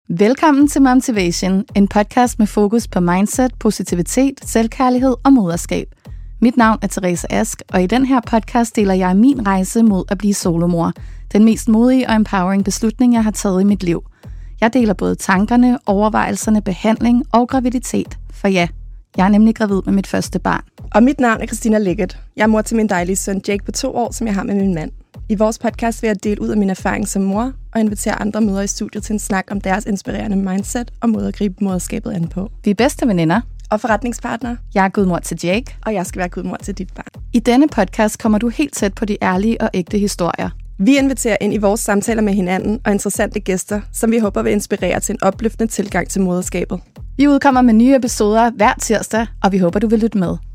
Velkommen til Momtivation, en podcast med fokus på mindset, positivitet, selvkærlighed og moderskab. Mit navn er Therese Ask, og i den her podcast deler jeg min rejse mod at blive solomor. Den mest modige og empowering beslutning, jeg har taget i mit liv. Jeg deler både tankerne, overvejelserne, behandling og graviditet. For ja, jeg er nemlig gravid med mit første barn. Og mit navn er Christina Leggett. Jeg er mor til min dejlige søn Jake på 2 år, som jeg har med min mand. I vores podcast vil jeg dele ud af min erfaring som mor og invitere andre mødre i studiet til en snak om deres inspirerende mindset og måde at gribe moderskabet an på. Vi er bedste veninder og forretningspartnere. Jeg er gudmor til Jake. Og jeg skal være gudmor til dit barn. I denne podcast kommer du helt tæt på de ærlige og ægte historier. Vi inviterer ind i vores samtaler med hinanden og interessante gæster, som vi håber vil inspirere til en opløftende tilgang til moderskabet. Vi udkommer med nye episoder hver tirsdag, og vi håber, du vil lytte med.